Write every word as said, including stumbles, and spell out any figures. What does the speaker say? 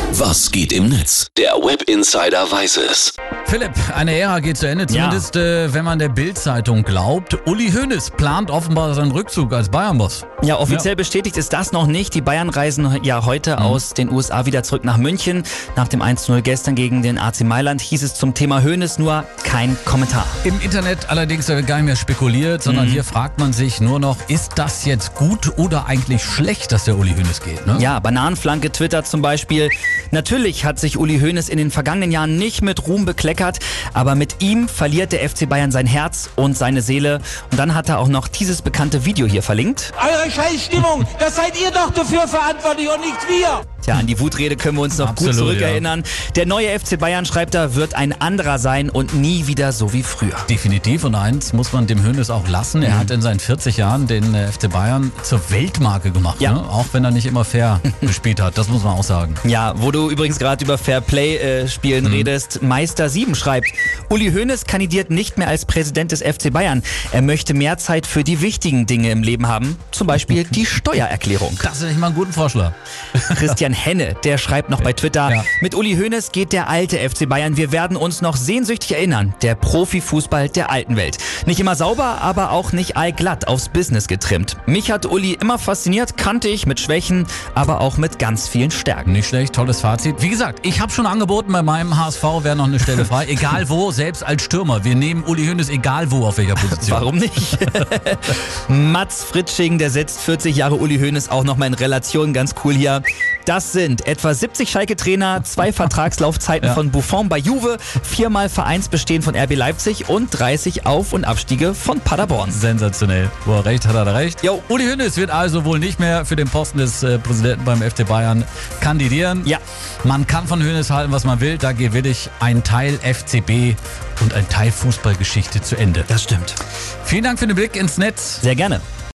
Was geht im Netz? Der Web Insider weiß es. Philipp, eine Ära geht zu Ende, zumindest ja. äh, wenn man der Bild-Zeitung glaubt. Uli Hoeneß plant offenbar seinen Rückzug als Bayern-Boss. Ja, offiziell ja. bestätigt ist das noch nicht. Die Bayern reisen ja heute mhm. aus den U S A wieder zurück nach München. Nach dem eins zu null gestern gegen den A C Mailand hieß es zum Thema Hoeneß nur kein Kommentar. Im Internet allerdings wird gar nicht mehr spekuliert, sondern mhm. hier fragt man sich nur noch, ist das jetzt gut oder eigentlich schlecht, dass der Uli Hoeneß geht? Ne? Ja, Bananenflanke Twitter zum Beispiel. Natürlich hat sich Uli Hoeneß in den vergangenen Jahren nicht mit Ruhm bekleckert, aber mit ihm verliert der F C Bayern sein Herz und seine Seele. Und dann hat er auch noch dieses bekannte Video hier verlinkt. Eure Scheißstimmung, das seid ihr doch dafür verantwortlich und nicht wir. Tja, an die Wutrede können wir uns noch Absolut, gut zurückerinnern. Ja. Der neue F C Bayern, schreibt er, wird ein anderer sein und nie wieder so wie früher. Definitiv, und eins muss man dem Hoeneß auch lassen. Er mhm. hat in seinen vierzig Jahren den F C Bayern zur Weltmarke gemacht, ja. ne? Auch wenn er nicht immer fair gespielt hat, das muss man auch sagen. Ja, wo du übrigens gerade über Fairplay-Spielen äh, mhm. redest, Meister sieben schreibt, Uli Hoeneß kandidiert nicht mehr als Präsident des F C Bayern. Er möchte mehr Zeit für die wichtigen Dinge im Leben haben, zum Beispiel die Steuererklärung. Das ist nicht mal ein guter Vorschlag. Christian Henne, der schreibt noch bei Twitter, ja. mit Uli Hoeneß geht der alte F C Bayern. Wir werden uns noch sehnsüchtig erinnern. Der Profifußball der alten Welt. Nicht immer sauber, aber auch nicht allglatt aufs Business getrimmt. Mich hat Uli immer fasziniert, kannte ich mit Schwächen, aber auch mit ganz vielen Stärken. Nicht schlecht, tolles Fazit. Wie gesagt, ich habe schon angeboten, bei meinem H S V wäre noch eine Stelle frei. Egal wo, selbst als Stürmer. Wir nehmen Uli Hoeneß egal wo, auf welcher Position. Warum nicht? Mats Fritsching, der setzt vierzig Jahre Uli Hoeneß auch nochmal in Relation, ganz cool hier. Das sind etwa siebzig Schalke-Trainer, zwei Vertragslaufzeiten ja. von Buffon bei Juve, viermal Vereinsbestehen von R B Leipzig und dreißig Auf- und Abstiege von Paderborn. Sensationell. Wo er recht hat, hat er recht. Jo, Uli Hoeneß wird also wohl nicht mehr für den Posten des äh, Präsidenten beim F C Bayern kandidieren. Ja. Man kann von Hoeneß halten, was man will. Da geht wirklich ein Teil F C B und ein Teil Fußballgeschichte zu Ende. Das stimmt. Vielen Dank für den Blick ins Netz. Sehr gerne.